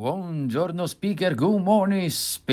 Buongiorno speaker, good morning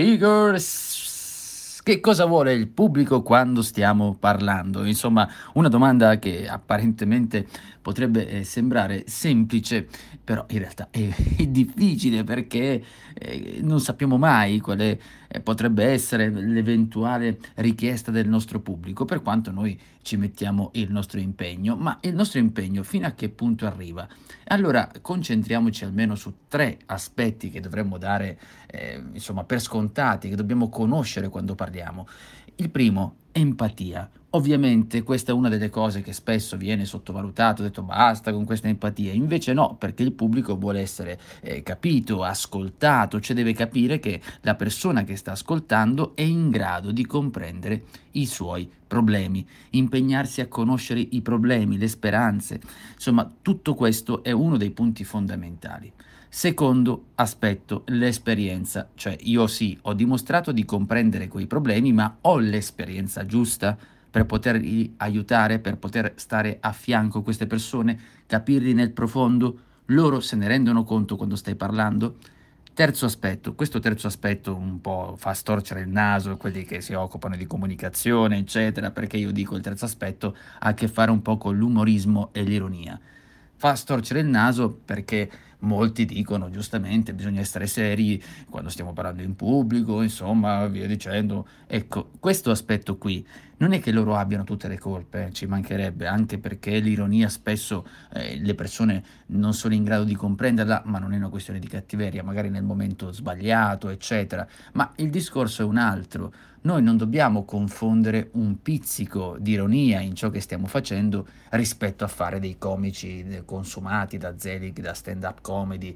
speakers. Che cosa vuole il pubblico quando stiamo parlando? Insomma, una domanda che apparentemente potrebbe sembrare semplice, però in realtà è difficile perché non sappiamo mai quale potrebbe essere l'eventuale richiesta del nostro pubblico, per quanto noi ci mettiamo il nostro impegno, ma il nostro impegno fino a che punto arriva? Allora, concentriamoci almeno su 3 aspetti che dovremmo dare, insomma, per scontati, che dobbiamo conoscere quando parliamo. Il primo, empatia. Ovviamente questa è una delle cose che spesso viene sottovalutato, detto: "Basta con questa empatia", invece no, perché il pubblico vuole essere, capito, ascoltato, cioè deve capire che la persona che sta ascoltando è in grado di comprendere i suoi problemi, impegnarsi a conoscere i problemi, le speranze. Insomma, tutto questo è uno dei punti fondamentali. Secondo aspetto, l'esperienza, cioè io sì, ho dimostrato di comprendere quei problemi, ma ho l'esperienza giusta per poterli aiutare, per poter stare a fianco a queste persone, capirli nel profondo, loro se ne rendono conto quando stai parlando. Terzo aspetto, questo terzo aspetto un po' fa storcere il naso a quelli che si occupano di comunicazione, eccetera, perché io dico il terzo aspetto ha a che fare un po' con l'umorismo e l'ironia. Fa storcere il naso perché molti dicono giustamente bisogna essere seri quando stiamo parlando in pubblico, insomma, via dicendo. Ecco, questo aspetto qui non è che loro abbiano tutte le colpe, ci mancherebbe, anche perché l'ironia spesso le persone non sono in grado di comprenderla, ma non è una questione di cattiveria, magari nel momento sbagliato, eccetera. Ma il discorso è un altro. Noi non dobbiamo confondere un pizzico di ironia in ciò che stiamo facendo rispetto a fare dei comici consumati da Zelig, da stand-up comedy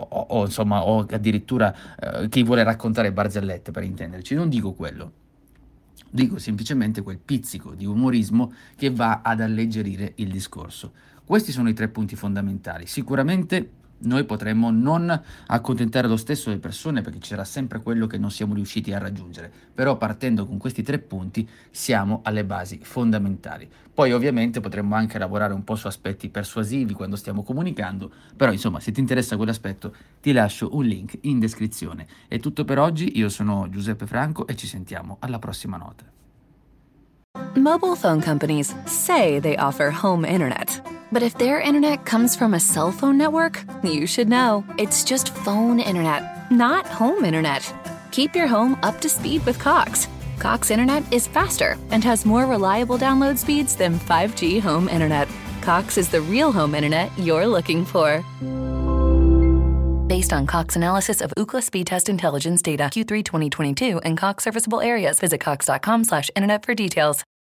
o insomma o addirittura chi vuole raccontare barzellette per intenderci. Non dico quello. Dico semplicemente quel pizzico di umorismo che va ad alleggerire il discorso. Questi sono i 3 punti fondamentali. Sicuramente noi potremmo non accontentare lo stesso le persone perché c'era sempre quello che non siamo riusciti a raggiungere, però partendo con questi 3 punti siamo alle basi fondamentali. Poi ovviamente potremmo anche lavorare un po' su aspetti persuasivi quando stiamo comunicando, però insomma se ti interessa quell'aspetto ti lascio un link in descrizione. È tutto per oggi, io sono Giuseppe Franco e ci sentiamo alla prossima nota. Mobile phone companies say they offer home internet. But if their internet comes from a cell phone network, you should know. It's just phone internet, not home internet. Keep your home up to speed with Cox. Cox internet is faster and has more reliable download speeds than 5G home internet. Cox is the real home internet you're looking for. Based on Cox analysis of Ookla speed test intelligence data Q3 2022 and Cox serviceable areas, visit cox.com/internet for details.